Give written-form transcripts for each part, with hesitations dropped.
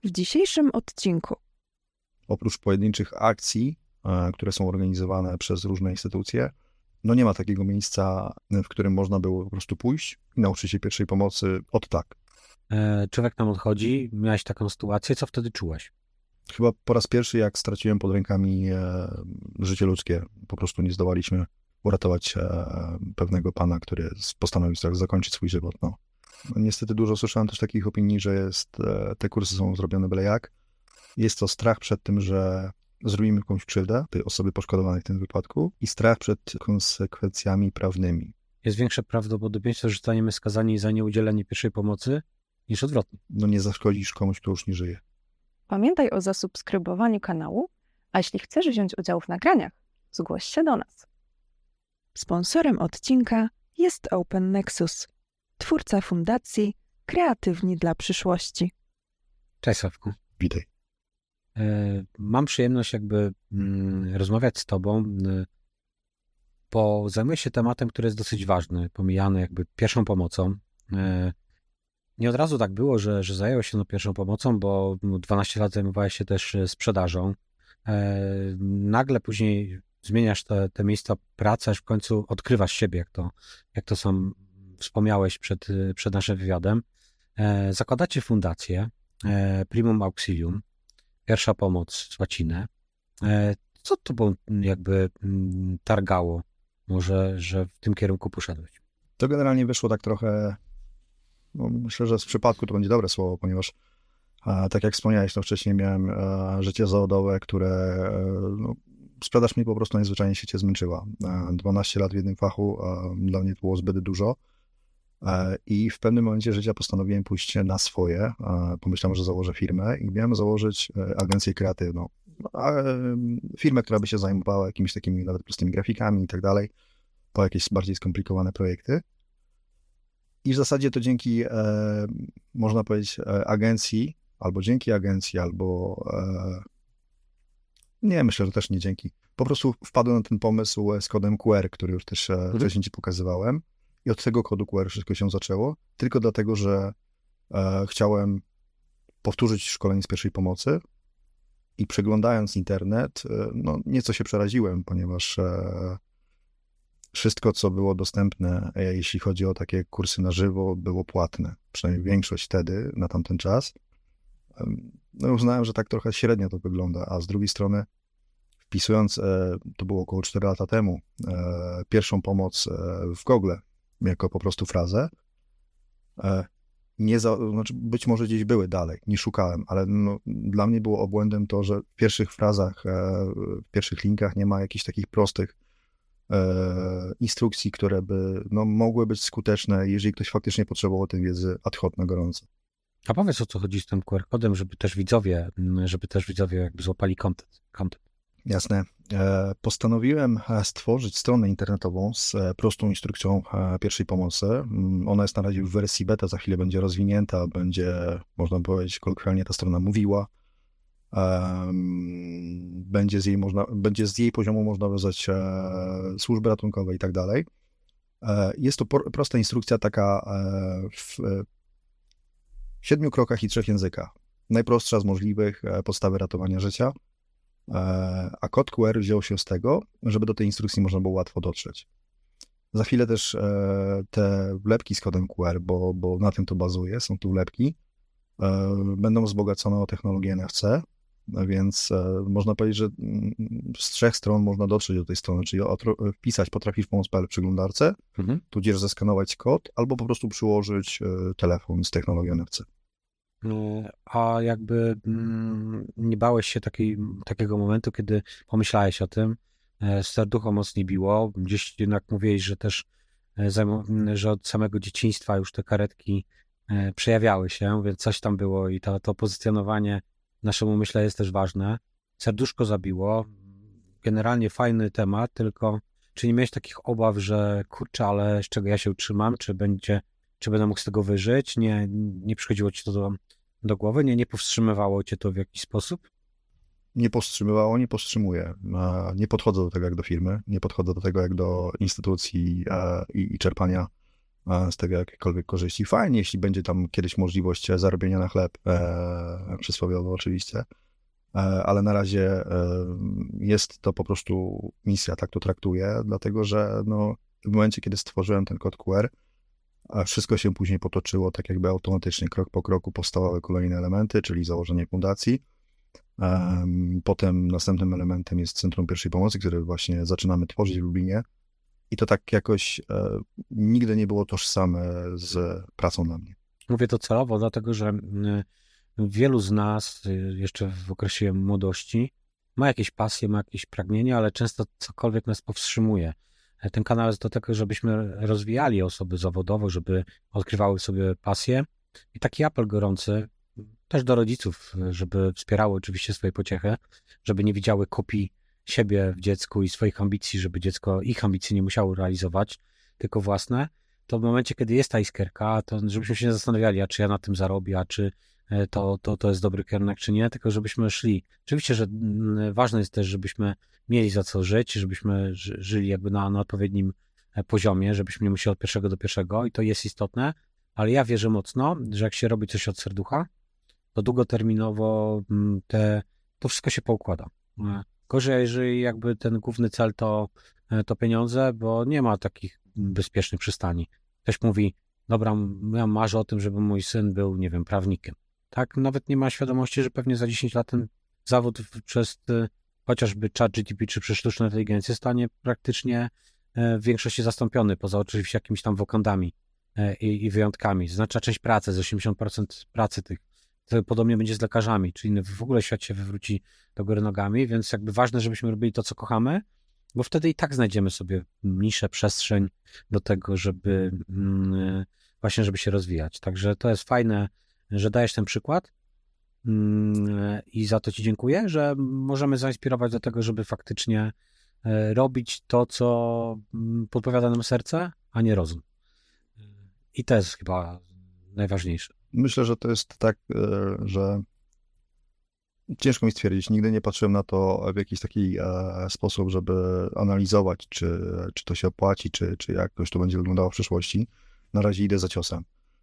W dzisiejszym odcinku Oprócz pojedynczych akcji, które są organizowane przez różne instytucje, nie ma takiego miejsca, w którym można było po prostu pójść i nauczyć się pierwszej pomocy od tak. Człowiek nam odchodzi, miałeś taką sytuację, co wtedy czułeś? Chyba po raz pierwszy, jak straciłem pod rękami życie ludzkie, po prostu nie zdołaliśmy uratować pewnego pana, który postanowił zakończyć swój żywot. Niestety dużo słyszałem też takich opinii, że te kursy są zrobione byle jak. Jest to strach przed tym, że zrobimy jakąś krzywdę tej osoby poszkodowanej w tym wypadku i strach przed konsekwencjami prawnymi. Jest większe prawdopodobieństwo, że zostaniemy skazani za nieudzielenie pierwszej pomocy niż odwrotnie. Nie zaszkodzisz komuś, kto już nie żyje. pamiętaj o zasubskrybowaniu kanału, a jeśli chcesz wziąć udział w nagraniach, zgłoś się do nas. Sponsorem odcinka jest Open Nexus, twórca fundacji Kreatywni dla przyszłości. Cześć Sławku. Witaj. Mam przyjemność rozmawiać z tobą, bo zajmuję się tematem, który jest dosyć ważny, pomijany pierwszą pomocą. Nie od razu tak było, że zająłeś się pierwszą pomocą, bo 12 lat zajmowałeś się też sprzedażą. Nagle później zmieniasz te miejsca pracy, aż w końcu odkrywasz siebie, jak to sam wspomniałeś przed naszym wywiadem. Zakładacie fundację Primum Auxilium, pierwsza pomoc z łaciny. Co tobą targało może, że w tym kierunku poszedłeś? To generalnie wyszło tak trochę, myślę, że z przypadku to będzie dobre słowo, ponieważ tak jak wspomniałeś, wcześniej miałem życie zawodowe, które sprzedaż mnie po prostu najzwyczajniej w świecie zmęczyła. 12 lat w jednym fachu dla mnie to było zbyt dużo i w pewnym momencie życia postanowiłem pójść na swoje. Pomyślałem, że założę firmę i miałem założyć agencję kreatywną. Firmę, która by się zajmowała jakimiś takimi nawet prostymi grafikami i tak dalej, po jakieś bardziej skomplikowane projekty. I w zasadzie to dzięki, można powiedzieć, agencji, albo dzięki agencji, albo nie, myślę, że też nie dzięki. Po prostu wpadłem na ten pomysł z kodem QR, który już też wcześniej ci pokazywałem. I od tego kodu QR wszystko się zaczęło. Tylko dlatego, że chciałem powtórzyć szkolenie z pierwszej pomocy i przeglądając internet, nieco się przeraziłem, ponieważ wszystko, co było dostępne, jeśli chodzi o takie kursy na żywo, było płatne. Przynajmniej większość wtedy, na tamten czas. Uznałem, że tak trochę średnio to wygląda, a z drugiej strony wpisując, to było około 4 lata temu, pierwszą pomoc w Google, jako po prostu frazę, być może gdzieś były dalej, nie szukałem, ale dla mnie było obłędem to, że w pierwszych frazach, w pierwszych linkach nie ma jakichś takich prostych instrukcji, które by mogły być skuteczne, jeżeli ktoś faktycznie potrzebował tej wiedzy ad hoc na gorąco. A powiedz, o co chodzi z tym QR-kodem, żeby też widzowie złapali content. Jasne. Postanowiłem stworzyć stronę internetową z prostą instrukcją pierwszej pomocy. Ona jest na razie w wersji beta, za chwilę będzie rozwinięta, będzie, można powiedzieć, kolokwialnie ta strona mówiła. Będzie z jej poziomu można wiązać służby ratunkowe i tak dalej. Jest to prosta instrukcja taka w 7 krokach i 3 językach. Najprostsza z możliwych, podstawy ratowania życia. A kod QR wziął się z tego, żeby do tej instrukcji można było łatwo dotrzeć. Za chwilę też te wlepki z kodem QR, bo na tym to bazuje, są tu wlepki, będą wzbogacone o technologię NFC, więc można powiedzieć, że z 3 stron można dotrzeć do tej strony, czyli wpisać potrafisz pomóc.pl w przeglądarce, tudzież zeskanować kod, albo po prostu przyłożyć telefon z technologią NFC. A nie bałeś się takiego momentu, kiedy pomyślałeś o tym, serducho mocniej biło, gdzieś jednak mówiłeś, że też że od samego dzieciństwa już te karetki przejawiały się, więc coś tam było i to pozycjonowanie w naszym umyśle jest też ważne. Serduszko zabiło, generalnie fajny temat, tylko czy nie miałeś takich obaw, że kurczę, ale z czego ja się utrzymam, czy będę mógł z tego wyżyć? Nie przychodziło ci to do głowy? Nie powstrzymywało cię to w jakiś sposób? Nie powstrzymywało, nie powstrzymuje. Nie podchodzę do tego jak do firmy, nie podchodzę do tego jak do instytucji i czerpania z tego jakiekolwiek korzyści. Fajnie, jeśli będzie tam kiedyś możliwość zarobienia na chleb, przysłowiowo oczywiście, ale na razie jest to po prostu misja, tak to traktuję, dlatego że no, w momencie, kiedy stworzyłem ten kod QR, a wszystko się później potoczyło tak jakby automatycznie, krok po kroku powstawały kolejne elementy, czyli założenie fundacji. Potem następnym elementem jest Centrum Pierwszej Pomocy, które właśnie zaczynamy tworzyć w Lublinie. I to tak jakoś nigdy nie było tożsame z pracą dla mnie. Mówię to celowo, dlatego że wielu z nas jeszcze w okresie młodości ma jakieś pasje, ma jakieś pragnienia, ale często cokolwiek nas powstrzymuje. Ten kanał jest do tego, żebyśmy rozwijali osoby zawodowo, żeby odkrywały sobie pasje. I taki apel gorący też do rodziców, żeby wspierały oczywiście swoje pociechy, żeby nie widziały kopii siebie w dziecku i swoich ambicji, żeby dziecko ich ambicji nie musiało realizować, tylko własne, to w momencie, kiedy jest ta iskierka, to żebyśmy się nie zastanawiali, a czy ja na tym zarobię, a czy to jest dobry kierunek, czy nie, tylko żebyśmy szli. Oczywiście, że ważne jest też, żebyśmy mieli za co żyć, żebyśmy żyli jakby na odpowiednim poziomie, żebyśmy nie musieli od pierwszego do pierwszego i to jest istotne, ale ja wierzę mocno, że jak się robi coś od serducha, to długoterminowo to wszystko się poukłada. Gorzej, jeżeli jakby ten główny cel to pieniądze, bo nie ma takich bezpiecznych przystani. Ktoś mówi, dobra, ja marzę o tym, żeby mój syn był, nie wiem, prawnikiem. Tak, nawet nie ma świadomości, że pewnie za 10 lat ten zawód przez chociażby ChatGPT czy przez sztuczną inteligencję stanie praktycznie w większości zastąpiony, poza oczywiście jakimiś tam wokandami i wyjątkami. Znaczy część pracy, z 80% pracy tych. To podobnie będzie z lekarzami, czyli w ogóle świat się wywróci do góry nogami, więc jakby ważne, żebyśmy robili to, co kochamy, bo wtedy i tak znajdziemy sobie niszę, przestrzeń do tego, żeby właśnie, żeby się rozwijać. Także to jest fajne, że dajesz ten przykład i za to Ci dziękuję, że możemy zainspirować do tego, żeby faktycznie robić to, co podpowiada nam serce, a nie rozum. I to jest chyba najważniejsze. Myślę, że to jest tak, że ciężko mi stwierdzić. Nigdy nie patrzyłem na to w jakiś taki sposób, żeby analizować, czy to się opłaci, czy jak to będzie wyglądało w przyszłości. Na razie idę za ciosem.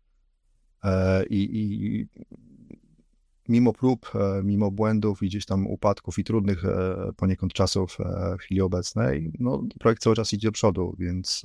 I mimo prób, mimo błędów i gdzieś tam upadków i trudnych poniekąd czasów w chwili obecnej, no, projekt cały czas idzie do przodu, więc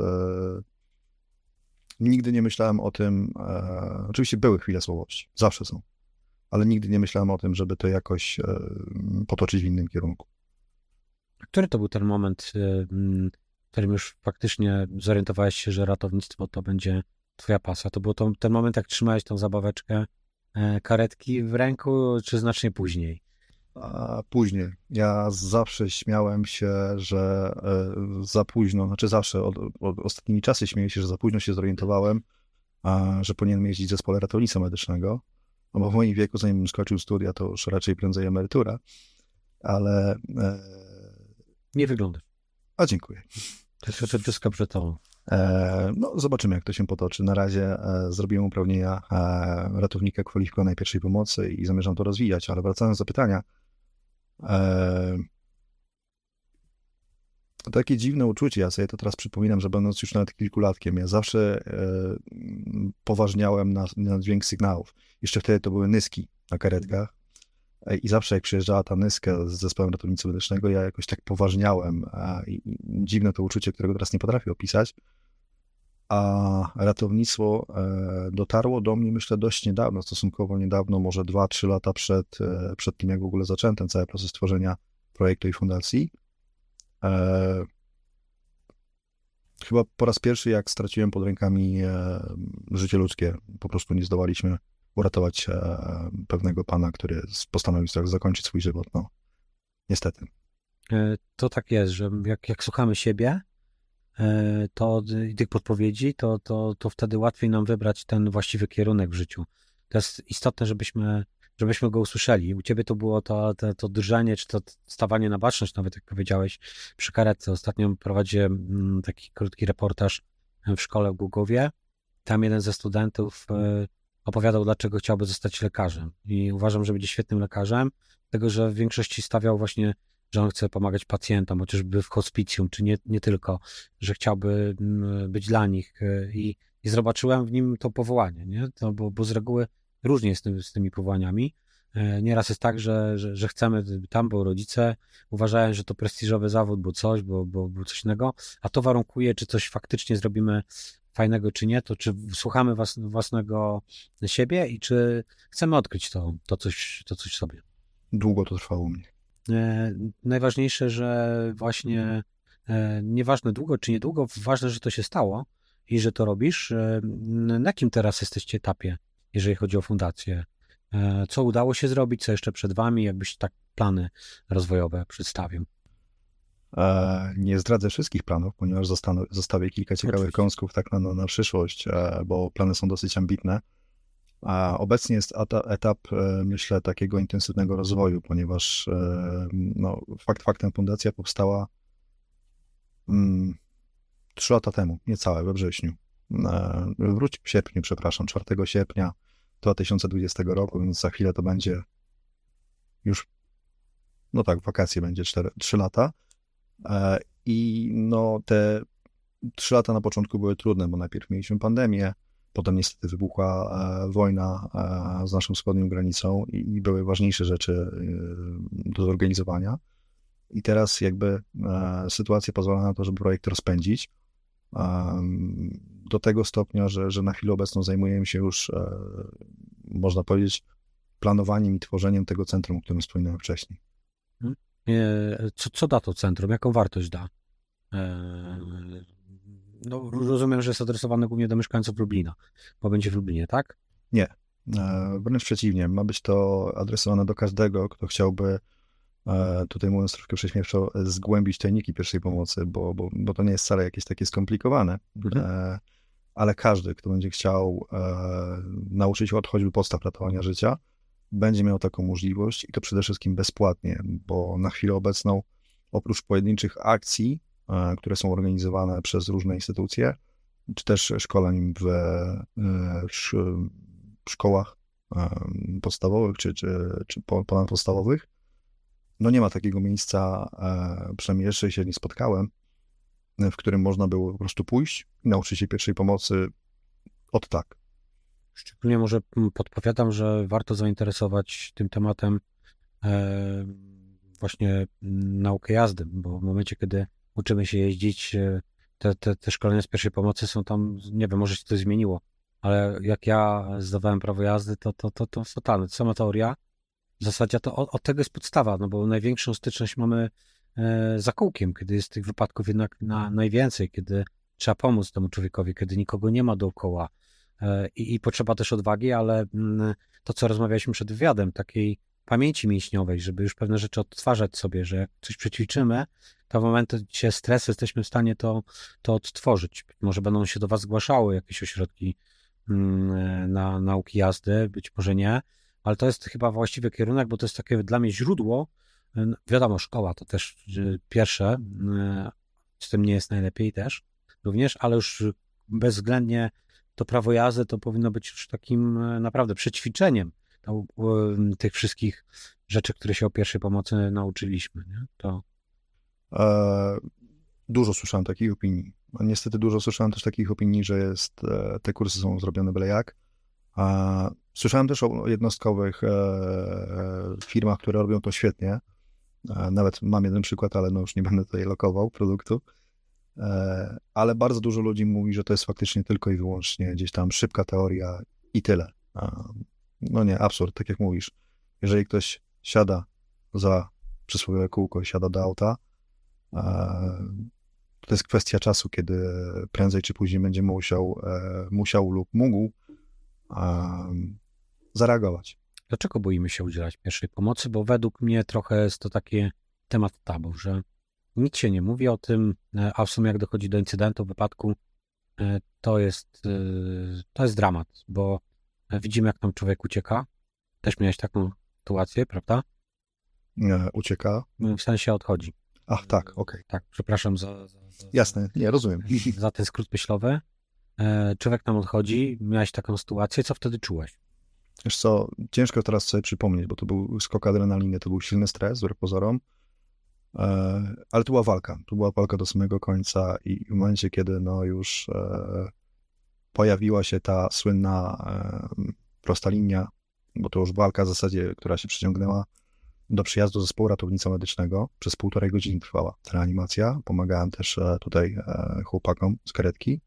nigdy nie myślałem o tym, oczywiście były chwile słabości, zawsze są, ale nigdy nie myślałem o tym, żeby to jakoś potoczyć w innym kierunku. Który to był ten moment, w którym już faktycznie zorientowałeś się, że ratownictwo to będzie twoja pasja? To był ten moment, jak trzymałeś tą zabaweczkę karetki w ręku, czy znacznie później? Później. Ja zawsze śmiałem się, że za późno, znaczy zawsze, od ostatnimi czasy śmieję się, że za późno się zorientowałem, że powinienem jeździć w zespole ratownictwa medycznego, no bo w moim wieku, zanim skończył studia, to już raczej prędzej emerytura, ale... Nie wyglądasz. A dziękuję. To jest wszystko przed tobą. No, zobaczymy, jak to się potoczy. Na razie zrobiłem uprawnienia ratownika kwalifikowanej pierwszej pomocy i zamierzam to rozwijać, ale wracając do pytania, takie dziwne uczucie, ja sobie to teraz przypominam, że będąc już nawet kilkulatkiem, ja zawsze poważniałem na dźwięk sygnałów. Jeszcze wtedy to były nyski na karetkach i zawsze jak przyjeżdżała ta nyska z zespołem ratownictwa medycznego, ja jakoś tak poważniałem i dziwne to uczucie, którego teraz nie potrafię opisać. A ratownictwo dotarło do mnie, myślę, dość niedawno, stosunkowo niedawno, może 2-3 lata przed tym, jak w ogóle zacząłem ten cały proces tworzenia projektu i fundacji. Chyba po raz pierwszy, jak straciłem pod rękami życie ludzkie, po prostu nie zdołaliśmy uratować pewnego pana, który postanowił zakończyć swój żywot. No, niestety. To tak jest, że jak słuchamy siebie, to i tych podpowiedzi, to wtedy łatwiej nam wybrać ten właściwy kierunek w życiu. To jest istotne, żebyśmy go usłyszeli. U ciebie to było to drżenie, czy to stawanie na baczność, nawet jak powiedziałeś, przy karetce. Ostatnio prowadziłem taki krótki reportaż w szkole w Głogowie. Tam jeden ze studentów opowiadał, dlaczego chciałby zostać lekarzem. I uważam, że będzie świetnym lekarzem, dlatego że w większości stawiał właśnie, że on chce pomagać pacjentom, chociażby w hospicjum, czy nie tylko, że chciałby być dla nich. I i zobaczyłem w nim to powołanie, nie? Bo z reguły różnie jest z tymi powołaniami. Nieraz jest tak, że chcemy tam, bo rodzice uważają, że to prestiżowy zawód, bo coś, bo coś innego, a to warunkuje, czy coś faktycznie zrobimy fajnego, czy nie, to czy słuchamy własnego siebie i czy chcemy odkryć to coś sobie. Długo to trwało u mnie. Najważniejsze, że właśnie nieważne długo czy niedługo, ważne, że to się stało i że to robisz. Na jakim teraz jesteście etapie, jeżeli chodzi o fundację? Co udało się zrobić, co jeszcze przed wami, jakbyś tak plany rozwojowe przedstawił? Nie zdradzę wszystkich planów, ponieważ zostawię kilka ciekawych kąsków tak na przyszłość, bo plany są dosyć ambitne. A obecnie jest etap, myślę, takiego intensywnego rozwoju, ponieważ no, faktem fundacja powstała 3 lata temu, niecałe, we wrześniu. W sierpniu, 4 sierpnia 2020 roku, więc za chwilę to będzie już, no tak, wakacje będzie 3 lata. I no te 3 lata na początku były trudne, bo najpierw mieliśmy pandemię, potem niestety wybuchła wojna z naszą wschodnią granicą i były ważniejsze rzeczy do zorganizowania. I teraz jakby sytuacja pozwala na to, żeby projekt rozpędzić do tego stopnia, że na chwilę obecną zajmujemy się już, można powiedzieć, planowaniem i tworzeniem tego centrum, o którym wspominałem wcześniej. Co da to centrum? Jaką wartość da? No, rozumiem, że jest adresowane głównie do mieszkańców Lublina, bo będzie w Lublinie, tak? Nie, wręcz przeciwnie. Ma być to adresowane do każdego, kto chciałby, tutaj mówiąc troszkę prześmiewczo, zgłębić tajniki pierwszej pomocy, bo to nie jest wcale jakieś takie skomplikowane, ale każdy, kto będzie chciał nauczyć się od choćby podstaw ratowania życia, będzie miał taką możliwość i to przede wszystkim bezpłatnie, bo na chwilę obecną oprócz pojedynczych akcji, które są organizowane przez różne instytucje, czy też szkoleń w szkołach podstawowych, czy ponadpodstawowych, no nie ma takiego miejsca, przynajmniej jeszcze się nie spotkałem, w którym można było po prostu pójść i nauczyć się pierwszej pomocy od tak. Szczególnie może podpowiadam, że warto zainteresować tym tematem właśnie naukę jazdy, bo w momencie, kiedy uczymy się jeździć, te szkolenia z pierwszej pomocy są tam, nie wiem, może się to zmieniło, ale jak ja zdawałem prawo jazdy, to fatalne. Sama teoria, w zasadzie to od tego jest podstawa, no bo największą styczność mamy za kółkiem, kiedy jest tych wypadków jednak najwięcej, kiedy trzeba pomóc temu człowiekowi, kiedy nikogo nie ma dookoła i potrzeba też odwagi, ale to, co rozmawialiśmy przed wywiadem, takiej pamięci mięśniowej, żeby już pewne rzeczy odtwarzać sobie, że jak coś przećwiczymy, to w momencie stresu jesteśmy w stanie to odtworzyć. Może będą się do was zgłaszały jakieś ośrodki na nauki jazdy, być może nie, ale to jest chyba właściwy kierunek, bo to jest takie dla mnie źródło. Wiadomo, szkoła to też pierwsze, z tym nie jest najlepiej też również, ale już bezwzględnie to prawo jazdy to powinno być już takim naprawdę przećwiczeniem tych wszystkich rzeczy, które się o pierwszej pomocy nauczyliśmy. Nie? Dużo słyszałem takich opinii. Niestety dużo słyszałem też takich opinii, że te kursy są zrobione byle jak. Słyszałem też o jednostkowych firmach, które robią to świetnie. Nawet mam jeden przykład, ale no już nie będę tutaj lokował produktu. Ale bardzo dużo ludzi mówi, że to jest faktycznie tylko i wyłącznie gdzieś tam szybka teoria i tyle. No nie, absurd, tak jak mówisz. Jeżeli ktoś siada za przysłowiowe kółko, siada do auta, to jest kwestia czasu, kiedy prędzej czy później będzie musiał lub mógł zareagować. Dlaczego boimy się udzielać pierwszej pomocy? Bo według mnie trochę jest to taki temat tabu, że nic się nie mówi o tym, a w sumie jak dochodzi do incydentu, wypadku, to jest dramat, bo widzimy, jak tam człowiek ucieka. Też miałeś taką sytuację, prawda? Ucieka? W sensie odchodzi. Ach, tak, okej. Tak, przepraszam za Jasne, nie, rozumiem. Za ten skrót myślowy. Człowiek nam odchodzi, miałeś taką sytuację, co wtedy czułeś? Wiesz co, ciężko teraz sobie przypomnieć, bo to był skok adrenaliny, to był silny stres, wbrew pozorom, ale to była walka do samego końca i w momencie, kiedy no już pojawiła się ta słynna prosta linia, bo to już walka w zasadzie, która się przeciągnęła do przyjazdu zespołu ratownictwa medycznego. Przez 1,5 godziny trwała ta reanimacja. Pomagałem też tutaj chłopakom z karetki.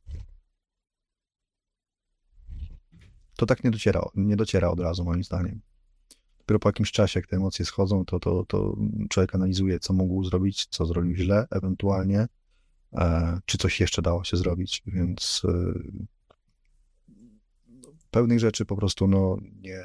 To tak nie dociera od razu, moim zdaniem. Dopiero po jakimś czasie, jak te emocje schodzą, to człowiek analizuje, co mógł zrobić, co zrobił źle, ewentualnie, czy coś jeszcze dało się zrobić, więc pewnych rzeczy po prostu nie...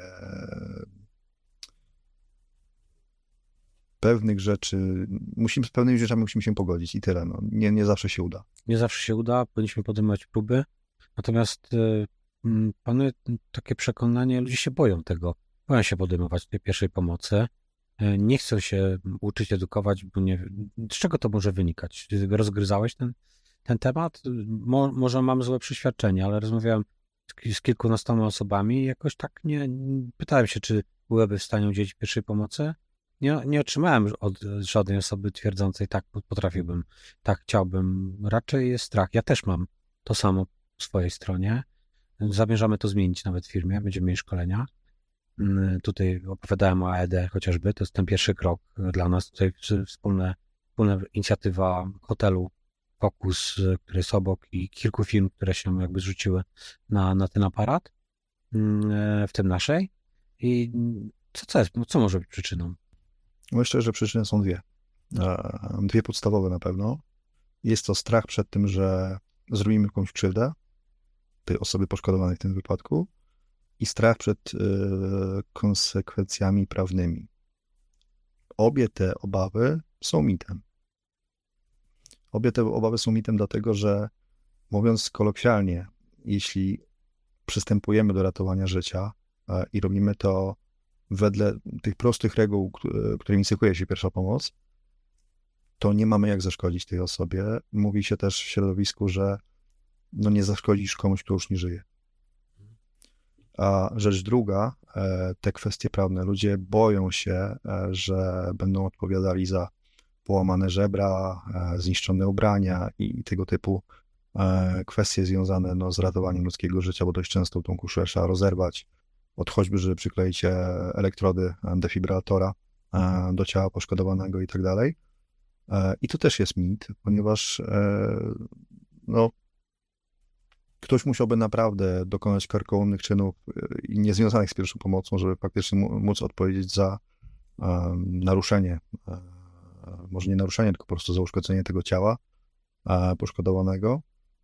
Z pewnymi rzeczami musimy się pogodzić i tyle. Nie zawsze się uda. Nie zawsze się uda, powinniśmy podejmować próby, natomiast panuje takie przekonanie, ludzie się boją tego. Boją się podejmować tej pierwszej pomocy. Nie chcą się uczyć, edukować, bo nie z czego to może wynikać? Rozgryzałeś ten temat? Może mam złe przeświadczenie, ale rozmawiałem z kilkunastoma osobami i jakoś tak nie pytałem się, czy byłyby w stanie udzielić pierwszej pomocy. Nie otrzymałem od żadnej osoby twierdzącej, tak potrafiłbym, tak chciałbym. Raczej jest strach. Ja też mam to samo po swojej stronie. Zamierzamy to zmienić nawet w firmie, będziemy mieli szkolenia. Tutaj opowiadałem o AED chociażby, to jest ten pierwszy krok dla nas. Tutaj wspólna inicjatywa hotelu Focus, który jest obok i kilku firm, które się jakby zrzuciły na ten aparat, w tym naszej. I co może być przyczyną? Myślę, że przyczyny są dwie. Dwie podstawowe na pewno. Jest to strach przed tym, że zrobimy jakąś krzywdę tej osoby poszkodowanej w tym wypadku i strach przed konsekwencjami prawnymi. Obie te obawy są mitem. Obie te obawy są mitem dlatego, że mówiąc kolokwialnie, jeśli przystępujemy do ratowania życia i robimy to wedle tych prostych reguł, którymi cechuje się pierwsza pomoc, to nie mamy jak zaszkodzić tej osobie. Mówi się też w środowisku, że nie zaszkodzisz komuś, kto już nie żyje. A rzecz druga, te kwestie prawne. Ludzie boją się, że będą odpowiadali za połamane żebra, zniszczone ubrania i tego typu kwestie związane z ratowaniem ludzkiego życia, bo dość często tą kuszę trzeba rozerwać, od choćby, żeby przykleić elektrody defibrylatora do ciała poszkodowanego i tak dalej. I to też jest mit, ponieważ ktoś musiałby naprawdę dokonać karkołomnych czynów niezwiązanych z pierwszą pomocą, żeby faktycznie móc odpowiedzieć za naruszenie, może nie naruszenie, tylko po prostu za uszkodzenie tego ciała poszkodowanego.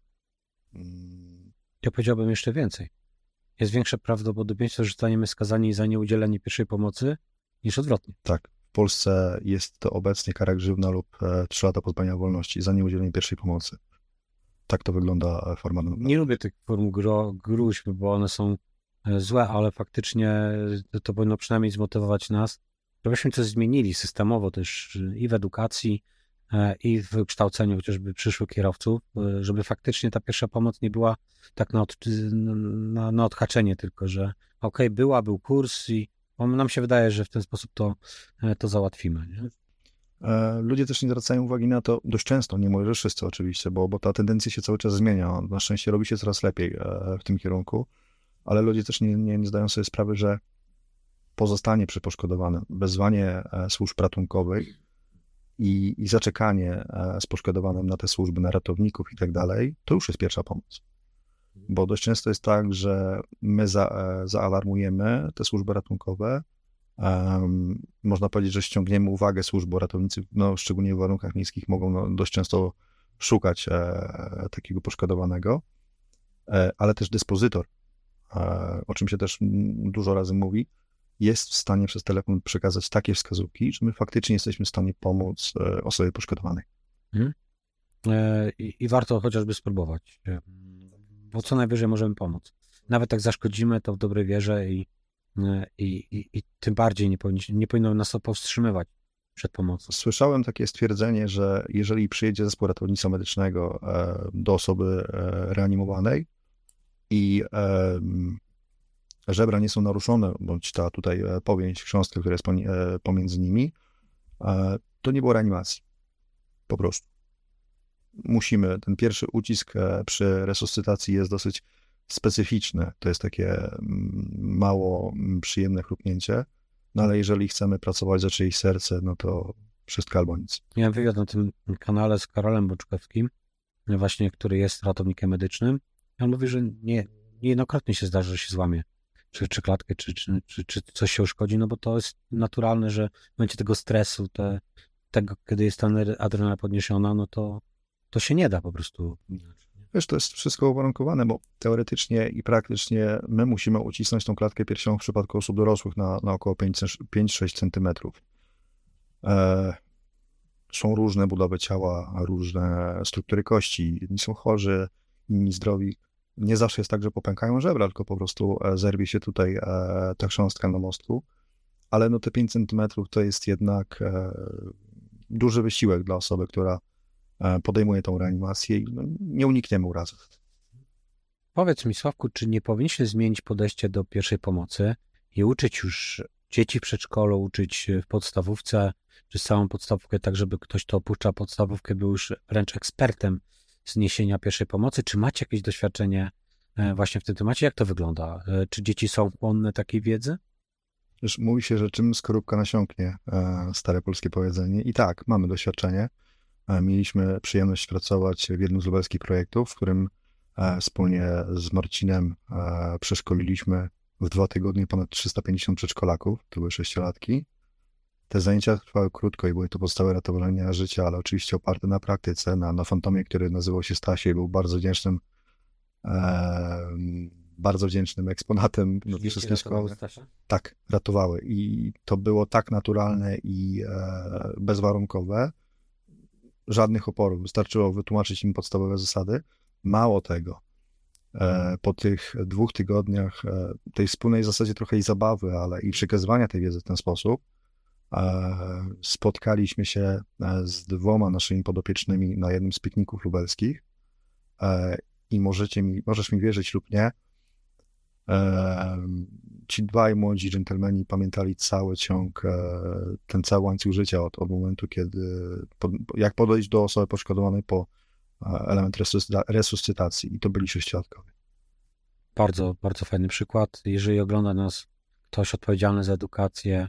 Ja powiedziałbym jeszcze więcej. Jest większe prawdopodobieństwo, że zostaniemy skazani za nieudzielenie pierwszej pomocy niż odwrotnie. Tak. W Polsce jest to obecnie kara grzywna lub 3 lata pozbawienia wolności za nieudzielenie pierwszej pomocy. Tak to wygląda formalnie. Nie lubię tych form gróźb, bo one są złe, ale faktycznie to powinno przynajmniej zmotywować nas, żebyśmy coś zmienili systemowo też i w edukacji, i w kształceniu chociażby przyszłych kierowców, żeby faktycznie ta pierwsza pomoc nie była tak na odhaczenie tylko, że był kurs i nam się wydaje, że w ten sposób to załatwimy. Nie? Ludzie też nie zwracają uwagi na to dość często, nie mówię, że wszyscy oczywiście, bo ta tendencja się cały czas zmienia. Na szczęście robi się coraz lepiej w tym kierunku, ale ludzie też nie zdają sobie sprawy, że pozostanie przy poszkodowanym, wezwanie służb ratunkowych i zaczekanie z poszkodowanym na te służby, na ratowników i tak dalej, to już jest pierwsza pomoc. Bo dość często jest tak, że my zaalarmujemy te służby ratunkowe, można powiedzieć, że ściągniemy uwagę służb, bo ratownicy, szczególnie w warunkach miejskich, mogą dość często szukać takiego poszkodowanego, ale też dyspozytor, o czym się też dużo razy mówi, jest w stanie przez telefon przekazać takie wskazówki, że my faktycznie jesteśmy w stanie pomóc osobie poszkodowanej. I warto chociażby spróbować, bo co najwyżej możemy pomóc. Nawet jak zaszkodzimy, to w dobrej wierze i tym bardziej nie powinno nas to powstrzymywać przed pomocą. Słyszałem takie stwierdzenie, że jeżeli przyjedzie zespół ratownictwa medycznego do osoby reanimowanej i żebra nie są naruszone, bądź ta tutaj powięź, chrząstka, która jest pomiędzy nimi, to nie było reanimacji. Po prostu. musimy, ten pierwszy ucisk przy resuscytacji jest dosyć specyficzny. To jest takie mało przyjemne chrupnięcie, no ale jeżeli chcemy pracować za czyjeś serce, no to wszystko albo nic. Miałem wywiad na tym kanale z Karolem Boczkowskim, właśnie, który jest ratownikiem medycznym. On mówi, że niejednokrotnie się zdarzy, że się złamie. Czy klatkę, czy coś się uszkodzi, no bo to jest naturalne, że w momencie tego stresu, tego, kiedy jest ta adrenalina podniesiona, no to się nie da po prostu. Wiesz, to jest wszystko uwarunkowane, bo teoretycznie i praktycznie my musimy ucisnąć tą klatkę piersiową w przypadku osób dorosłych na około 5-6 centymetrów. Są różne budowy ciała, różne struktury kości. Jedni są chorzy, inni zdrowi. Nie zawsze jest tak, że popękają żebra, tylko po prostu zerwie się tutaj ta chrząstka na mostku. Ale no te 5 centymetrów to jest jednak duży wysiłek dla osoby, która podejmuje tą reanimację i no, nie unikniemy urazy. Powiedz mi, Sławku, czy nie powinniśmy zmienić podejście do pierwszej pomocy i uczyć już dzieci w przedszkolu, uczyć w podstawówce, czy całą podstawówkę, tak żeby ktoś, kto opuszcza podstawówkę, był już wręcz ekspertem z niesienia pierwszej pomocy? Czy macie jakieś doświadczenie właśnie w tym temacie? Jak to wygląda? Czy dzieci są chłonne takiej wiedzy? Wiesz, mówi się, że czym skorupka nasiąknie, stare polskie powiedzenie. I tak, mamy doświadczenie. Mieliśmy przyjemność pracować w jednym z lubelskich projektów, w którym wspólnie z Marcinem przeszkoliliśmy w 2 tygodnie ponad 350 przedszkolaków, to były 6-latki. Te zajęcia trwały krótko i były to podstawy ratowania życia, ale oczywiście oparte na praktyce, na fantomie, który nazywał się Stasie i był bardzo wdzięcznym eksponatem wszystkie szkoły. Tak, ratowały. I to było tak naturalne i bezwarunkowe. Żadnych oporów. Wystarczyło wytłumaczyć im podstawowe zasady. Mało tego, po tych 2 tygodniach tej wspólnej w zasadzie trochę i zabawy, ale i przekazywania tej wiedzy w ten sposób, spotkaliśmy się z 2 naszymi podopiecznymi na jednym z pikników lubelskich i możesz mi wierzyć lub nie, ci 2 młodzi dżentelmeni pamiętali cały ciąg, ten cały łańcuch życia od momentu, jak podejść do osoby poszkodowanej po element resuscytacji i to byli 6-latkowie. Bardzo, bardzo fajny przykład. Jeżeli ogląda nas ktoś odpowiedzialny za edukację,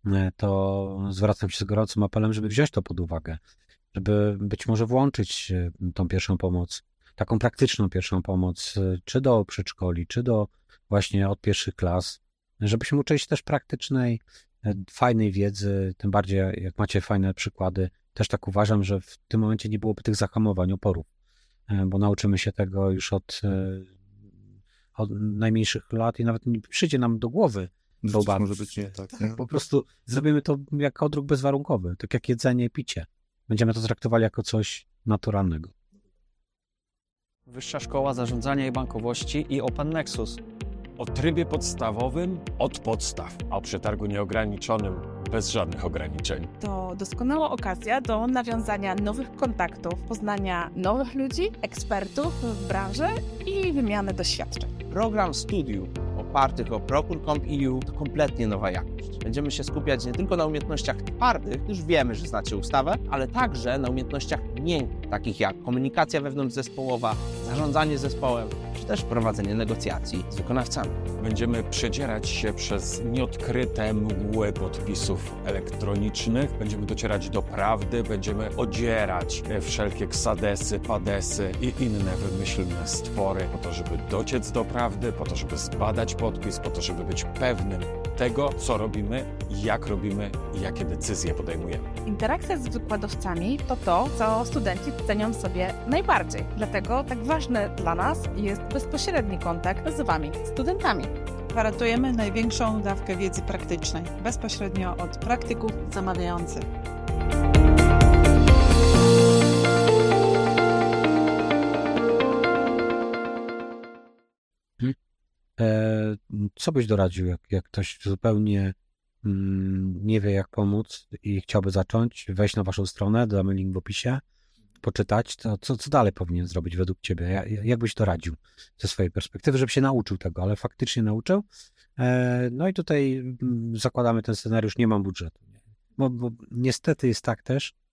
to zwracam się z gorącym apelem, żeby wziąć to pod uwagę, żeby być może włączyć tą pierwszą pomoc, taką praktyczną pierwszą pomoc, czy do przedszkoli, czy do właśnie od pierwszych klas, żebyśmy uczyli się też praktycznej, fajnej wiedzy, tym bardziej jak macie fajne przykłady. Też tak uważam, że w tym momencie nie byłoby tych zahamowań, oporów, bo nauczymy się tego już od najmniejszych lat i nawet nie przyjdzie nam do głowy. Może być nie tak. Nie? Po prostu zrobimy to jak odruch bezwarunkowy, tak jak jedzenie i picie. Będziemy to traktowali jako coś naturalnego. Wyższa Szkoła Zarządzania i Bankowości i Open Nexus. O trybie podstawowym od podstaw, a o przetargu nieograniczonym bez żadnych ograniczeń. To doskonała okazja do nawiązania nowych kontaktów, poznania nowych ludzi, ekspertów w branży i wymiany doświadczeń. Program studiów opartych o Procure.com.eu to kompletnie nowa jakość. Będziemy się skupiać nie tylko na umiejętnościach twardych, już wiemy, że znacie ustawę, ale także na umiejętnościach miękkich, takich jak komunikacja wewnątrzzespołowa, zarządzanie zespołem, czy też prowadzenie negocjacji z wykonawcami. Będziemy przedzierać się przez nieodkryte mgły podpisów elektronicznych, będziemy docierać do prawdy, będziemy odzierać wszelkie ksadesy, padesy i inne wymyślne stwory po to, żeby dociec do prawdy, po to, żeby zbadać podpis, po to, żeby być pewnym tego, co robimy, jak robimy i jakie decyzje podejmujemy. Interakcja z wykładowcami to to, co studenci cenią sobie najbardziej. Dlatego tak ważny dla nas jest bezpośredni kontakt z Wami, studentami. Gwarantujemy największą dawkę wiedzy praktycznej, bezpośrednio od praktyków zamawiających. Co byś doradził, jak ktoś zupełnie nie wie, jak pomóc i chciałby zacząć, wejść na waszą stronę, damy link w opisie, poczytać, to co dalej powinien zrobić według ciebie? Jak byś doradził ze swojej perspektywy, żeby się nauczył tego, ale faktycznie nauczył? No i tutaj zakładamy ten scenariusz, nie mam budżetu. Bo niestety jest tak też,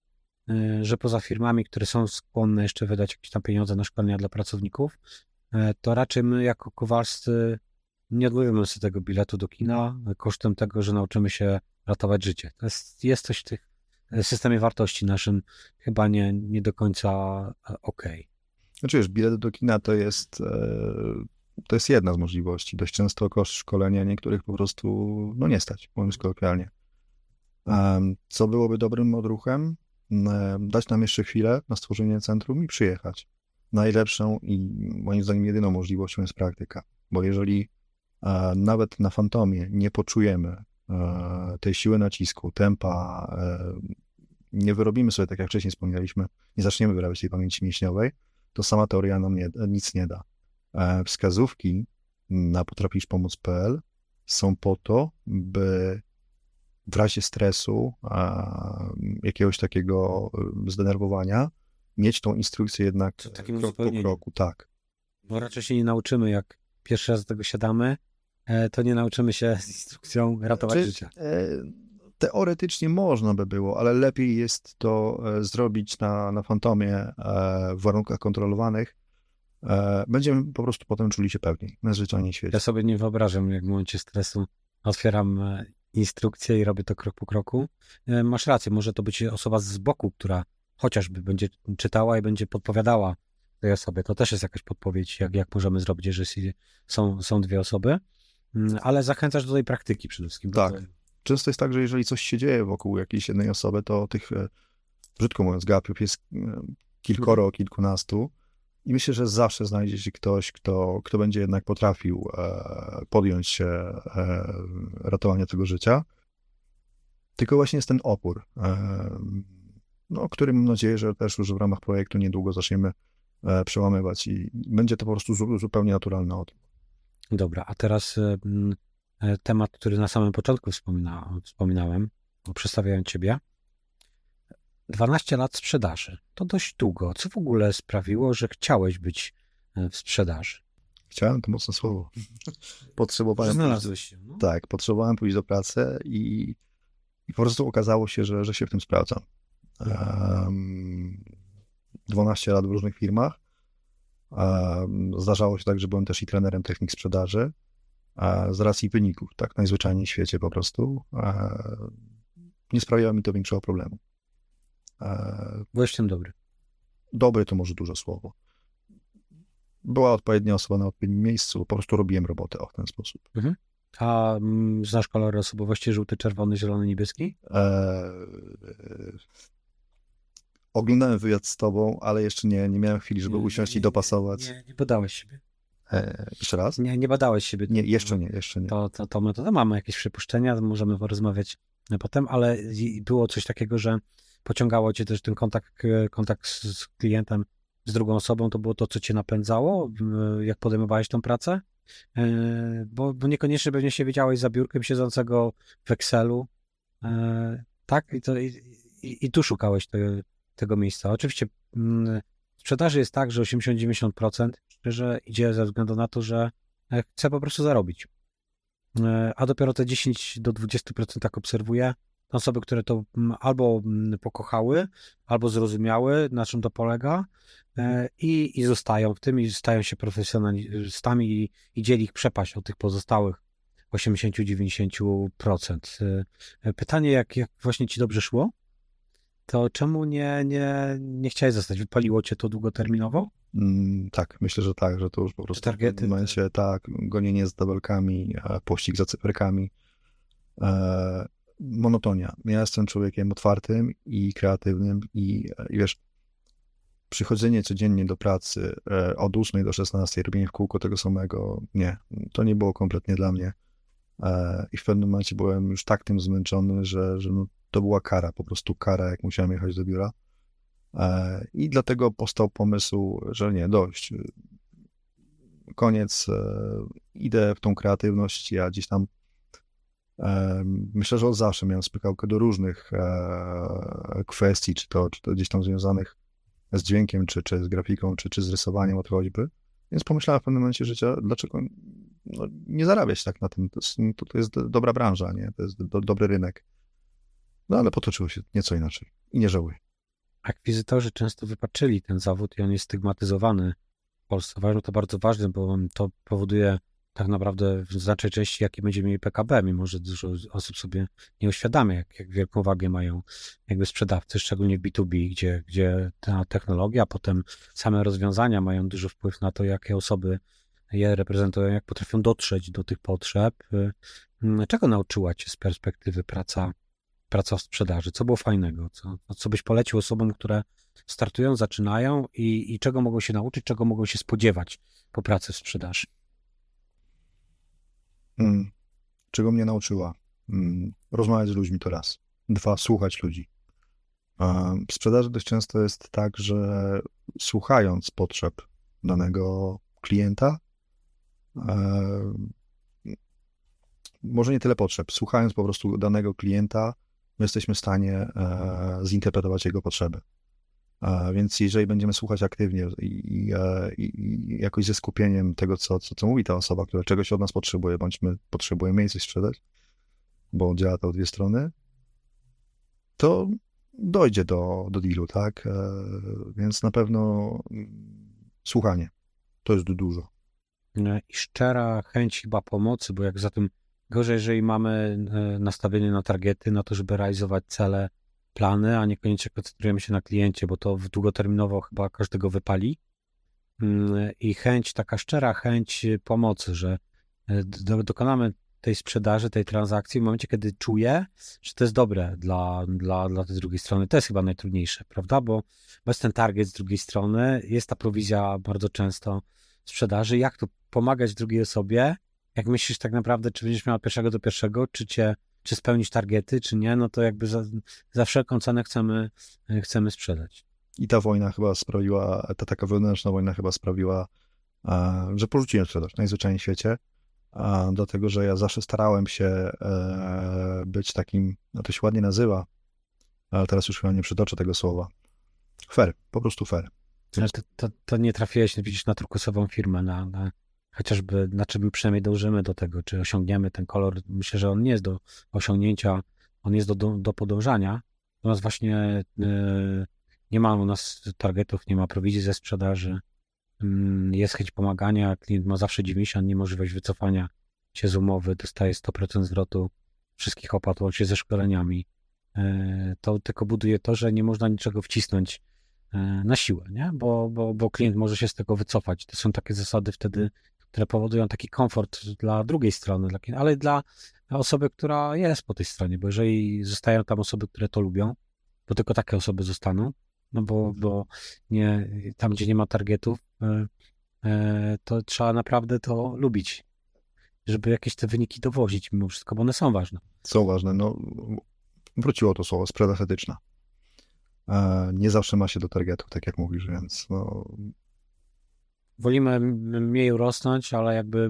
że poza firmami, które są skłonne jeszcze wydać jakieś tam pieniądze na szkolenia dla pracowników, to raczej my jako kowalscy nie odmówimy sobie tego biletu do kina kosztem tego, że nauczymy się ratować życie. To jest coś w tych systemie wartości naszym chyba nie do końca okej. Znaczy wiesz, bilet do kina to jest jedna z możliwości. Dość często koszt szkolenia niektórych po prostu nie stać, mówiąc kolokwialnie. Co byłoby dobrym odruchem? Dać nam jeszcze chwilę na stworzenie centrum i przyjechać. Najlepszą i moim zdaniem jedyną możliwością jest praktyka, bo jeżeli nawet na Fantomie nie poczujemy tej siły nacisku, tempa, nie wyrobimy sobie, tak jak wcześniej wspomnieliśmy, nie zaczniemy wyrabiać tej pamięci mięśniowej, to sama teoria nam nic nie da. Wskazówki na potrafiszpomóc.pl są po to, by w razie stresu, jakiegoś takiego zdenerwowania, mieć tą instrukcję jednak krok po kroku. Tak. Bo raczej się nie nauczymy, jak pierwszy raz do tego siadamy, to nie nauczymy się z instrukcją ratować życia. Teoretycznie można by było, ale lepiej jest to zrobić na Fantomie w warunkach kontrolowanych. Będziemy po prostu potem czuli się pewniej, najzwyczajniej w świecie. Ja sobie nie wyobrażam, jak w momencie stresu otwieram instrukcję i robię to krok po kroku. Masz rację, może to być osoba z boku, która chociażby będzie czytała i będzie podpowiadała tej osobie. To też jest jakaś podpowiedź, jak możemy zrobić, jeżeli są dwie osoby. Ale zachęcasz do tej praktyki przede wszystkim. Tak. Często jest tak, że jeżeli coś się dzieje wokół jakiejś jednej osoby, to tych, brzydko mówiąc, gapiów jest kilkoro, kilkunastu i myślę, że zawsze znajdzie się ktoś, kto będzie jednak potrafił podjąć się ratowania tego życia. Tylko właśnie jest ten opór, który mam nadzieję, że też już w ramach projektu niedługo zaczniemy przełamywać i będzie to po prostu zupełnie naturalny odruch. Dobra, a teraz temat, który na samym początku wspominałem, przedstawiając ciebie. 12 lat sprzedaży. To dość długo. Co w ogóle sprawiło, że chciałeś być w sprzedaży? Chciałem, to mocne słowo. Potrzebowałem. Znalazłeś się. No? Tak, potrzebowałem pójść do pracy i po prostu okazało się, że się w tym sprawdzam. 12 lat w różnych firmach. Zdarzało się tak, że byłem też i trenerem technik sprzedaży. Z racji wyników, tak najzwyczajniej w świecie po prostu, nie sprawiało mi to większego problemu. Byłeś w tym dobry. Dobry to może duże słowo. Była odpowiednia osoba na odpowiednim miejscu, po prostu robiłem robotę w ten sposób. Mhm. A znasz kolory osobowości żółty, czerwony, zielony, niebieski? Oglądałem wywiad z tobą, ale jeszcze nie miałem chwili, żeby usiąść i dopasować. Nie badałeś siebie. Jeszcze raz? Nie badałeś siebie. Nie, jeszcze nie. To my mamy jakieś przypuszczenia, możemy porozmawiać potem, ale było coś takiego, że pociągało cię też ten kontakt z klientem, z drugą osobą, to było to, co cię napędzało, jak podejmowałeś tą pracę? Bo niekoniecznie pewnie się wiedziałeś za biurkiem siedzącego w Excelu, tak? I tu szukałeś tego miejsca. Oczywiście w sprzedaży jest tak, że 80-90% że idzie ze względu na to, że chce po prostu zarobić. A dopiero te 10 do 20% tak obserwuję, to osoby, które to albo pokochały, albo zrozumiały, na czym to polega i zostają w tym i stają się profesjonalistami i dzieli ich przepaść od tych pozostałych 80-90%. Pytanie, jak właśnie ci dobrze szło, to czemu nie chciałeś zostać? Wypaliło cię to długoterminowo? Tak, myślę, że tak, że to już po prostu targety, w tym momencie tak, gonienie z tabelkami, pościg za cyferkami, monotonia. Ja jestem człowiekiem otwartym i kreatywnym i wiesz, przychodzenie codziennie do pracy od 8 do 16, robienie w kółko tego samego, nie, to nie było kompletnie dla mnie. I w pewnym momencie byłem już tak tym zmęczony, że to była kara, po prostu kara, jak musiałem jechać do biura. I dlatego powstał pomysł, że nie, dość. Koniec, idę w tą kreatywność, ja gdzieś tam myślę, że od zawsze miałem spykałkę do różnych kwestii, czy to gdzieś tam związanych z dźwiękiem, czy z grafiką, czy z rysowaniem od choćby. Więc pomyślałem w pewnym momencie życia, dlaczego nie zarabiać tak na tym. To jest dobra branża, nie? To jest dobry rynek. No ale potoczyło się nieco inaczej i nie żałuję. akwizytorzy często wypaczyli ten zawód i on jest stygmatyzowany w Polsce. Uważam to bardzo ważne, bo to powoduje tak naprawdę w znacznej części, jakie będziemy mieli PKB, mimo że dużo osób sobie nie uświadamia, jak wielką wagę mają jakby sprzedawcy, szczególnie w B2B, gdzie ta technologia, a potem same rozwiązania mają duży wpływ na to, jakie osoby je reprezentują, jak potrafią dotrzeć do tych potrzeb. Czego nauczyła cię z perspektywy praca w sprzedaży? Co było fajnego? Co byś polecił osobom, które startują, zaczynają i czego mogą się nauczyć, czego mogą się spodziewać po pracy w sprzedaży? Czego mnie nauczyła? Rozmawiać z ludźmi to raz. 2, słuchać ludzi. W sprzedaży dość często jest tak, że słuchając potrzeb danego klienta, może nie tyle potrzeb, słuchając po prostu danego klienta, my jesteśmy w stanie zinterpretować jego potrzeby. Więc jeżeli będziemy słuchać aktywnie i jakoś ze skupieniem tego, co mówi ta osoba, która czegoś od nas potrzebuje, bądź my potrzebujemy jej coś sprzedać, bo działa to w dwie strony, to dojdzie do dealu, tak? Więc na pewno słuchanie to jest dużo. I szczera chęć chyba pomocy, bo jak za tym gorzej, jeżeli mamy nastawienie na targety, na to, żeby realizować cele, plany, a niekoniecznie koncentrujemy się na kliencie, bo to długoterminowo chyba każdego wypali. I chęć, taka szczera chęć pomocy, że dokonamy tej sprzedaży, tej transakcji w momencie, kiedy czuję, że to jest dobre dla tej drugiej strony. To jest chyba najtrudniejsze, prawda? Bo bez ten target z drugiej strony jest ta prowizja bardzo często w sprzedaży. Jak tu pomagać drugiej osobie? Jak myślisz tak naprawdę, czy będziesz miał od pierwszego do pierwszego, czy spełnić targety, czy nie, no to jakby za wszelką cenę chcemy sprzedać. I ta wojna chyba sprawiła, ta taka wewnętrzna wojna chyba sprawiła, że porzuciłem sprzedaż najzwyczajniej w świecie, dlatego, że ja zawsze starałem się być takim, no to się ładnie nazywa, ale teraz już chyba nie przytoczę tego słowa. Fair, po prostu fair. Ale to nie trafiłeś, widzisz, na turkusową firmę, chociażby, na czym przynajmniej dążymy do tego, czy osiągniemy ten kolor. Myślę, że on nie jest do osiągnięcia, on jest do podążania. U nas właśnie nie ma u nas targetów, nie ma prowizji ze sprzedaży, jest chęć pomagania, klient ma zawsze 90, niemożliwość wycofania się z umowy, dostaje 100% zwrotu wszystkich opłat, łącznie ze szkoleniami. To tylko buduje to, że nie można niczego wcisnąć na siłę, nie? Bo klient może się z tego wycofać. To są takie zasady wtedy, które powodują taki komfort dla drugiej strony, ale dla osoby, która jest po tej stronie, bo jeżeli zostają tam osoby, które to lubią, bo tylko takie osoby zostaną, no bo nie, tam, gdzie nie ma targetów, to trzeba naprawdę to lubić, żeby jakieś te wyniki dowozić mimo wszystko, bo one są ważne. Są ważne, no wróciło to słowo, sprzedaż etyczna. Nie zawsze ma się do targetu, tak jak mówisz, więc no... Wolimy mniej rosnąć, ale jakby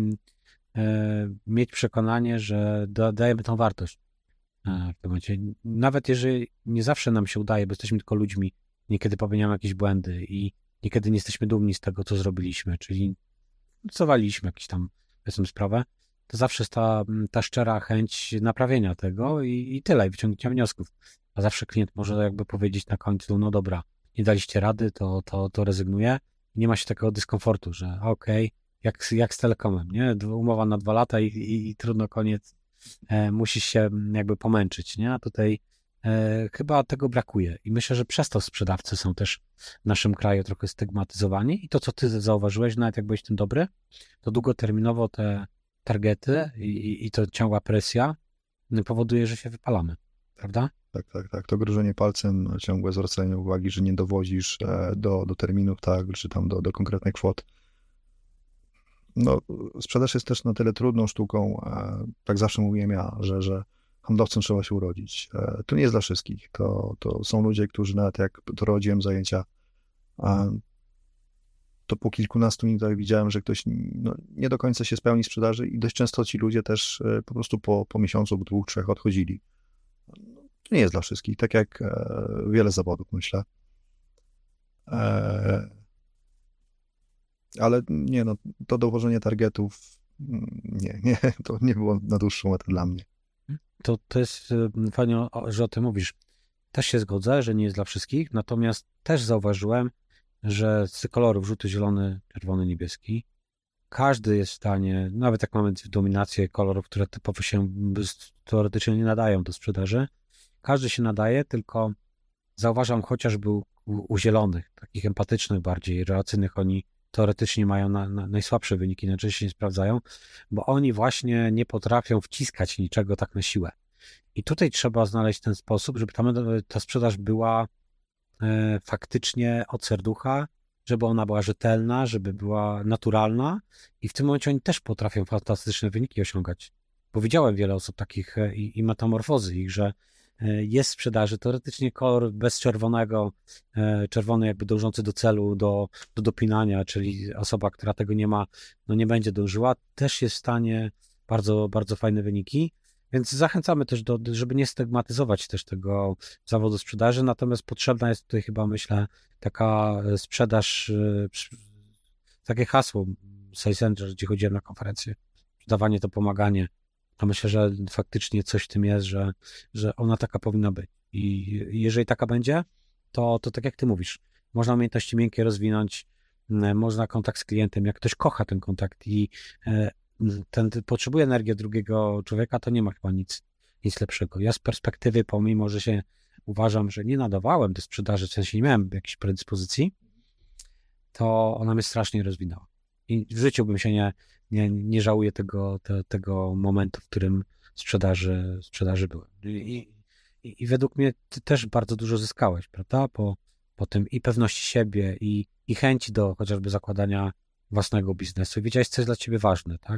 mieć przekonanie, że dajemy tą wartość w tym momencie. Nawet jeżeli nie zawsze nam się udaje, bo jesteśmy tylko ludźmi, niekiedy popełniamy jakieś błędy i niekiedy nie jesteśmy dumni z tego, co zrobiliśmy, czyli zawaliliśmy jakąś tam, powiedzmy, sprawę, to zawsze jest ta szczera chęć naprawienia tego i tyle, i wyciągnięcia wniosków. A zawsze klient może jakby powiedzieć na końcu, no dobra, nie daliście rady, to rezygnuję. Nie ma się takiego dyskomfortu, że okej, jak z Telekomem, nie? Umowa na 2 lata i trudno, koniec, musisz się jakby pomęczyć, nie? A tutaj chyba tego brakuje i myślę, że przez to sprzedawcy są też w naszym kraju trochę stygmatyzowani i to, co ty zauważyłeś, nawet jak byłeś tym dobry, to długoterminowo te targety i to ciągła presja powoduje, że się wypalamy, prawda? Tak. To grożenie palcem, ciągłe zwracanie uwagi, że nie dowozisz do terminów, tak, czy tam do konkretnych kwot. No, sprzedaż jest też na tyle trudną sztuką, tak zawsze mówiłem ja, że handlowcem trzeba się urodzić. To nie jest dla wszystkich. To są ludzie, którzy nawet jak prowadziłem zajęcia, to po kilkunastu minutach widziałem, że ktoś nie do końca się spełni sprzedaży i dość często ci ludzie też po prostu po miesiącu, 2, 3 odchodzili. To nie jest dla wszystkich, tak jak wiele zawodów, myślę. Ale nie, no, to dowożenie targetów, nie, to nie było na dłuższą metę dla mnie. To jest fajnie, że o tym mówisz. Też się zgodzę, że nie jest dla wszystkich, natomiast też zauważyłem, że z kolorów żółty, zielony, czerwony, niebieski, każdy jest w stanie, nawet jak mamy dominację kolorów, które typowo się teoretycznie nie nadają do sprzedaży, każdy się nadaje, tylko zauważam chociażby u zielonych, takich empatycznych bardziej, relacyjnych, oni teoretycznie mają najsłabsze wyniki, najczęściej się nie sprawdzają, bo oni właśnie nie potrafią wciskać niczego tak na siłę. I tutaj trzeba znaleźć ten sposób, żeby ta sprzedaż była faktycznie od serducha, żeby ona była rzetelna, żeby była naturalna i w tym momencie oni też potrafią fantastyczne wyniki osiągać. Bo widziałem wiele osób takich i metamorfozy ich, że jest w sprzedaży teoretycznie kolor bez czerwonego, czerwony jakby dążący do celu, do dopinania, czyli osoba, która tego nie ma, no nie będzie dążyła, też jest w stanie bardzo, bardzo fajne wyniki. Więc zachęcamy też żeby nie stygmatyzować też tego zawodu sprzedaży, natomiast potrzebna jest tutaj chyba, myślę, taka sprzedaż, takie hasło Sales Angel, gdzie chodziłem na konferencję, sprzedawanie to pomaganie. A myślę, że faktycznie coś w tym jest, że ona taka powinna być. I jeżeli taka będzie, to tak jak ty mówisz, można umiejętności miękkie rozwinąć, można kontakt z klientem, jak ktoś kocha ten kontakt i ten potrzebuje energii drugiego człowieka, to nie ma chyba nic lepszego. Ja z perspektywy, pomimo że się uważam, że nie nadawałem do sprzedaży, w sensie nie miałem jakiejś predyspozycji, to ona mnie strasznie rozwinęła. I w życiu bym się nie żałuję tego momentu, w którym sprzedaży byłem. I według mnie ty też bardzo dużo zyskałeś, prawda? Po tym i pewności siebie, i chęci do chociażby zakładania własnego biznesu. I wiedziałeś, co jest dla ciebie ważne, tak?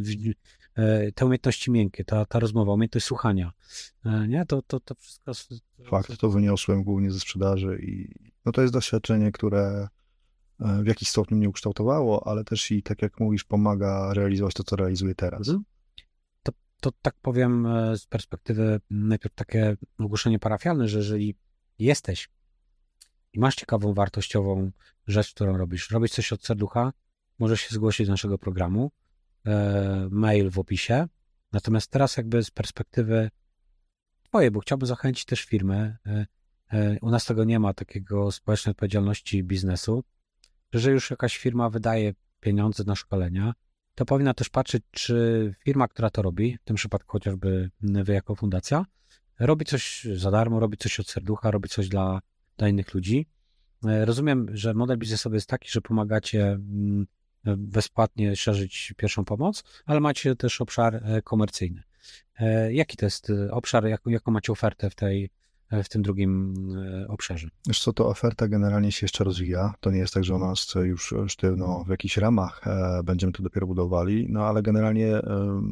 Te umiejętności miękkie, ta rozmowa, umiejętność słuchania, nie? To wszystko... Fakt, to wyniosłem głównie ze sprzedaży i no to jest doświadczenie, które w jakiś stopniu mnie ukształtowało, ale też i, tak jak mówisz, pomaga realizować to, co realizuję teraz. To tak powiem z perspektywy najpierw takie ogłoszenie parafialne, że jeżeli jesteś i masz ciekawą, wartościową rzecz, którą robisz coś od serducha, możesz się zgłosić do naszego programu, mail w opisie. Natomiast teraz jakby z perspektywy twojej, bo chciałbym zachęcić też firmy, u nas tego nie ma, takiego społecznej odpowiedzialności biznesu, że już jakaś firma wydaje pieniądze na szkolenia, to powinna też patrzeć, czy firma, która to robi, w tym przypadku chociażby wy jako fundacja, robi coś za darmo, robi coś od serducha, robi coś dla innych ludzi. Rozumiem, że model biznesowy jest taki, że pomagacie bezpłatnie szerzyć pierwszą pomoc, ale macie też obszar komercyjny. Jaki to jest obszar, jaką macie ofertę w tym drugim obszarze? Wiesz co, to oferta generalnie się jeszcze rozwija. To nie jest tak, że ona jest już sztywno w jakichś ramach będziemy to dopiero budowali, no ale generalnie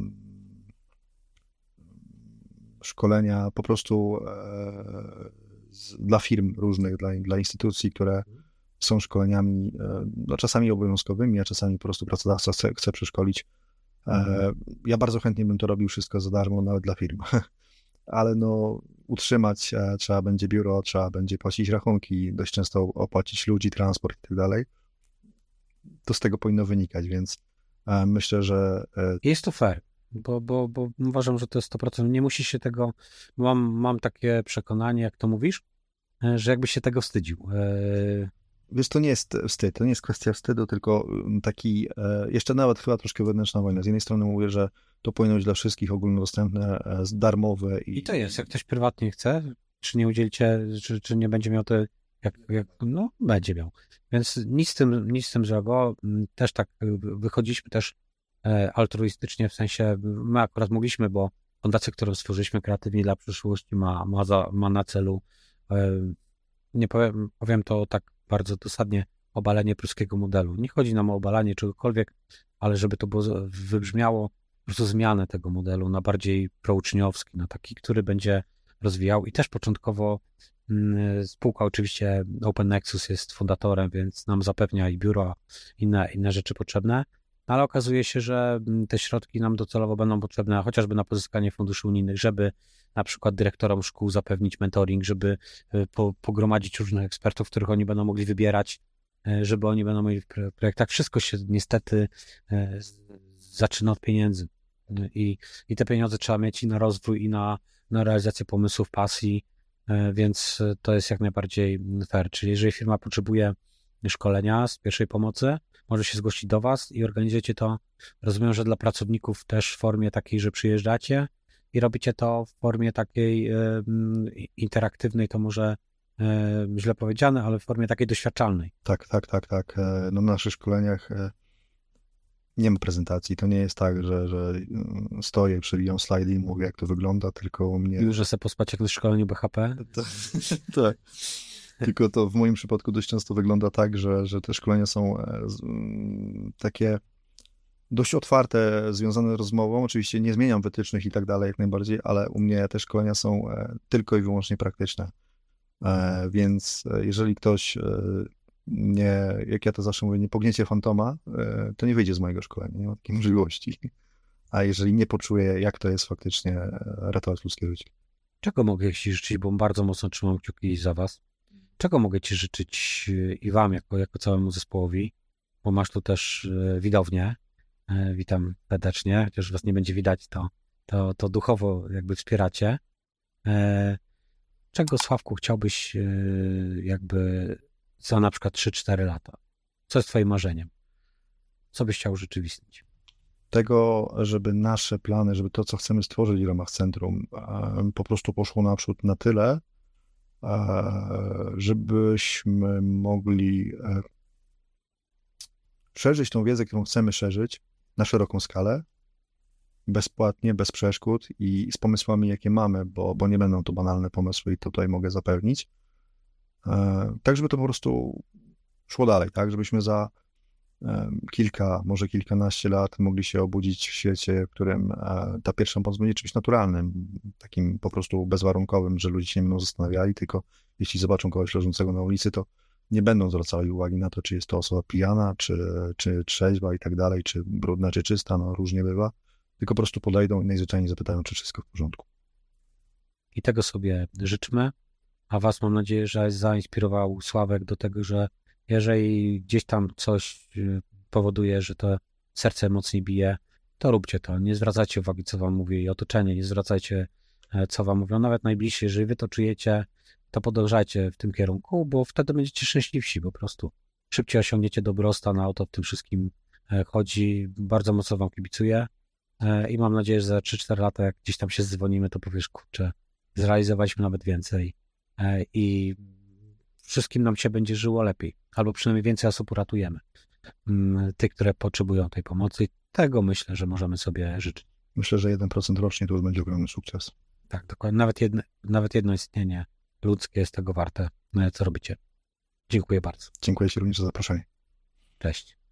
szkolenia po prostu dla firm różnych, dla instytucji, które są szkoleniami no, czasami obowiązkowymi, a czasami po prostu pracodawca chce przeszkolić. Ja bardzo chętnie bym to robił wszystko za darmo, nawet dla firm. Ale no utrzymać trzeba będzie biuro, trzeba będzie płacić rachunki, dość często opłacić ludzi, transport i tak dalej. To z tego powinno wynikać, więc myślę, że... Jest to fair, bo uważam, że to jest 100%. Nie musisz się tego... Mam takie przekonanie, jak to mówisz, że jakbyś się tego wstydził. Wiesz, to nie jest wstyd, to nie jest kwestia wstydu, tylko taki, jeszcze nawet chyba troszkę wewnętrzna wojna. Z jednej strony mówię, że to powinno być dla wszystkich ogólnodostępne, darmowe. I to jest, jak ktoś prywatnie chce, czy nie udzielicie, czy nie będzie miał to, no będzie miał. Więc nic z tym złego. Też tak wychodziliśmy też altruistycznie, w sensie my akurat mogliśmy, bo fundacja, którą stworzyliśmy Kreatywni dla przyszłości ma na celu, nie powiem to tak bardzo dosadnie, obalenie pruskiego modelu. Nie chodzi nam o obalanie czegokolwiek, ale żeby to było wybrzmiało, po prostu zmianę tego modelu na bardziej prouczniowski, na taki, który będzie rozwijał i też początkowo spółka oczywiście Open Nexus jest fundatorem, więc nam zapewnia i biuro, inne rzeczy potrzebne, ale okazuje się, że te środki nam docelowo będą potrzebne chociażby na pozyskanie funduszy unijnych, żeby na przykład dyrektorom szkół zapewnić mentoring, żeby pogromadzić różnych ekspertów, których oni będą mogli wybierać, żeby oni będą mieli w projektach. Wszystko się niestety zaczyna od pieniędzy i te pieniądze trzeba mieć i na rozwój, i na realizację pomysłów, pasji, więc to jest jak najbardziej fair. Czyli jeżeli firma potrzebuje szkolenia z pierwszej pomocy, może się zgłosić do Was i organizujecie to. Rozumiem, że dla pracowników też w formie takiej, że przyjeżdżacie i robicie to w formie takiej interaktywnej, to może źle powiedziane, ale w formie takiej doświadczalnej. Tak. No, na naszych szkoleniach nie ma prezentacji. To nie jest tak, że stoję, przewijam slajdy i mówię, jak to wygląda, tylko u mnie... Już, że sobie pospać jak na szkoleniu BHP? Tak. Tylko to w moim przypadku dość często wygląda tak, że te szkolenia są takie dość otwarte, związane z rozmową. Oczywiście nie zmieniam wytycznych i tak dalej, jak najbardziej, ale u mnie te szkolenia są tylko i wyłącznie praktyczne. Więc jeżeli ktoś jak ja to zawsze mówię, nie pogniecie fantoma, to nie wyjdzie z mojego szkolenia, nie ma takiej możliwości. A jeżeli nie poczuje, jak to jest faktycznie ratować ludzkie życie. Czego mogę Ci życzyć, bo bardzo mocno trzymam kciuki za Was. Czego mogę Ci życzyć i Wam, jako całemu zespołowi, bo masz tu też widownię. Witam serdecznie, chociaż Was nie będzie widać, to duchowo jakby wspieracie. Czego, Sławku, chciałbyś jakby za na przykład 3-4 lata? Co jest Twoim marzeniem? Co byś chciał urzeczywistnić? Tego, żeby nasze plany, żeby to, co chcemy stworzyć w ramach centrum, po prostu poszło naprzód na tyle, żebyśmy mogli szerzyć tą wiedzę, którą chcemy szerzyć na szeroką skalę, bezpłatnie, bez przeszkód i z pomysłami, jakie mamy, bo nie będą to banalne pomysły i to tutaj mogę zapewnić. Tak, żeby to po prostu szło dalej, tak, żebyśmy za kilka, może kilkanaście lat mogli się obudzić w świecie, w którym ta pierwsza pomoc będzie czymś naturalnym, takim po prostu bezwarunkowym, że ludzie się nie będą zastanawiali, tylko jeśli zobaczą kogoś leżącego na ulicy, to nie będą zwracali uwagi na to, czy jest to osoba pijana, czy trzeźwa i tak dalej, czy brudna, czy czysta, no różnie bywa, tylko po prostu podejdą i najzwyczajniej zapytają, czy wszystko w porządku. I tego sobie życzmy, a Was mam nadzieję, że zainspirował Sławek do tego, że jeżeli gdzieś tam coś powoduje, że to serce mocniej bije, to róbcie to. Nie zwracajcie uwagi, co Wam mówi i otoczenie, nie zwracajcie, co Wam mówią. Nawet najbliżsi, jeżeli Wy to czujecie, to podążajcie w tym kierunku, bo wtedy będziecie szczęśliwsi po prostu. Szybciej osiągniecie dobrostan, a o to w tym wszystkim chodzi. Bardzo mocno Wam kibicuję i mam nadzieję, że za 3-4 lata, jak gdzieś tam się dzwonimy, to powiesz, kurczę, zrealizowaliśmy nawet więcej i wszystkim nam się będzie żyło lepiej, albo przynajmniej więcej osób uratujemy. Tych, które potrzebują tej pomocy. I tego myślę, że możemy sobie życzyć. Myślę, że 1% rocznie to już będzie ogromny sukces. Tak, dokładnie. Nawet jedno istnienie ludzkie jest tego warte, co robicie. Dziękuję bardzo. Dziękuję Ci również za zaproszenie. Cześć.